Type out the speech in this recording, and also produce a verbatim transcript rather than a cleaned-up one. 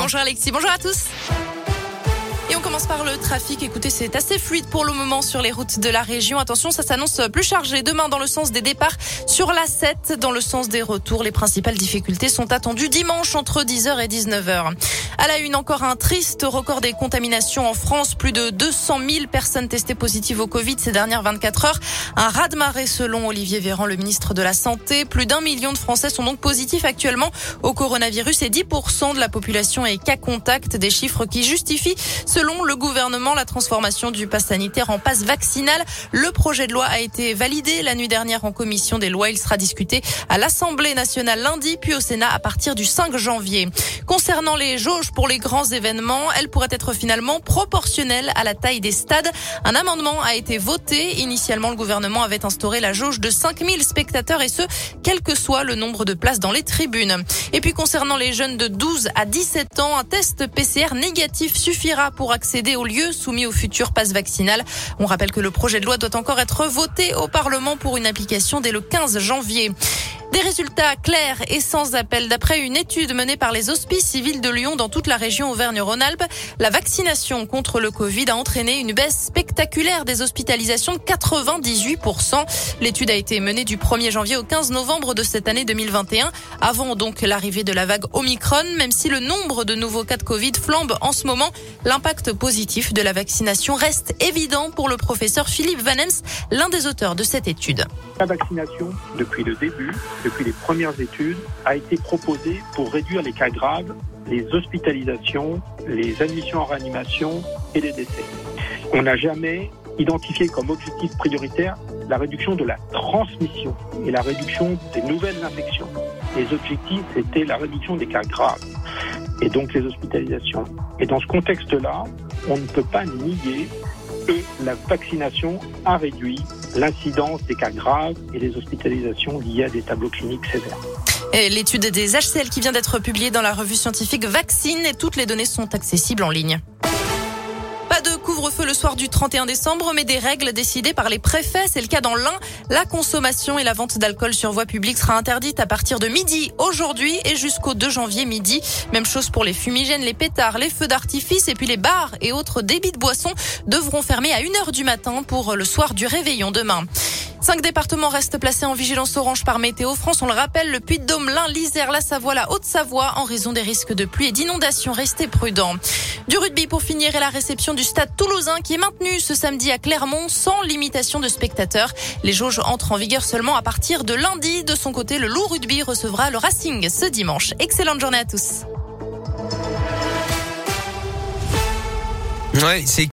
Bonjour Alexis, bonjour à tous. Et on commence par le trafic. Écoutez, c'est assez fluide pour le moment sur les routes de la région. Attention, ça s'annonce plus chargé demain dans le sens des départs sur l'A sept. Dans le sens des retours, les principales difficultés sont attendues dimanche entre dix heures et dix-neuf heures. À la une, encore un triste record des contaminations en France. Plus de deux cent mille personnes testées positives au Covid ces dernières vingt-quatre heures. Un raz-de-marée selon Olivier Véran, le ministre de la Santé. Plus d'un million de Français sont donc positifs actuellement au coronavirus et dix pour cent de la population est cas contact. Des chiffres qui justifient, selon le gouvernement, la transformation du pass sanitaire en pass vaccinal. Le projet de loi a été validé la nuit dernière en commission des lois. Il sera discuté à l'Assemblée nationale lundi, puis au Sénat à partir du cinq janvier. Concernant les jauges pour les grands événements, elles pourraient être finalement proportionnelles à la taille des stades. Un amendement a été voté. Initialement, le gouvernement avait instauré la jauge de cinq mille spectateurs et ce, quel que soit le nombre de places dans les tribunes. Et puis concernant les jeunes de douze à dix-sept ans, un test P C R négatif suffira pour accéder aux lieux soumis au futur pass vaccinal. On rappelle que le projet de loi doit encore être voté au Parlement pour une application dès le quinze janvier. Des résultats clairs et sans appel. D'après une étude menée par les hospices civils de Lyon dans toute la région Auvergne-Rhône-Alpes, la vaccination contre le Covid a entraîné une baisse spectaculaire des hospitalisations de quatre-vingt-dix-huit pour cent. L'étude a été menée du premier janvier au quinze novembre de cette année deux mille vingt et un, avant donc l'arrivée de la vague Omicron. Même si le nombre de nouveaux cas de Covid flambe en ce moment, l'impact positif de la vaccination reste évident pour le professeur Philippe Van Ems, l'un des auteurs de cette étude. La vaccination, depuis le début, depuis les premières études, a été proposée pour réduire les cas graves, les hospitalisations, les admissions en réanimation et les décès. On n'a jamais identifié comme objectif prioritaire la réduction de la transmission et la réduction des nouvelles infections. Les objectifs, c'était la réduction des cas graves et donc les hospitalisations. Et dans ce contexte-là, on ne peut pas nier que la vaccination a réduit l'incidence des cas graves et les hospitalisations liées à des tableaux cliniques sévères. Et l'étude des H C L qui vient d'être publiée dans la revue scientifique Vaccine et toutes les données sont accessibles en ligne. Pas de couvre-feu le soir du trente et un décembre, mais des règles décidées par les préfets. C'est le cas dans l'Ain. La consommation et la vente d'alcool sur voie publique sera interdite à partir de midi aujourd'hui et jusqu'au deux janvier midi. Même chose pour les fumigènes, les pétards, les feux d'artifice et puis les bars et autres débits de boissons devront fermer à une heure du matin pour le soir du réveillon demain. Cinq départements restent placés en vigilance orange par Météo France. On le rappelle, le Puy-de-Dôme, l'Ain, l'Isère, la Savoie, la Haute-Savoie, en raison des risques de pluie et d'inondations. Restez prudents. Du rugby pour finir et la réception du Stade Toulousain qui est maintenu ce samedi à Clermont sans limitation de spectateurs. Les jauges entrent en vigueur seulement à partir de lundi. De son côté, le Loup Rugby recevra le Racing ce dimanche. Excellente journée à tous. Ouais, c'est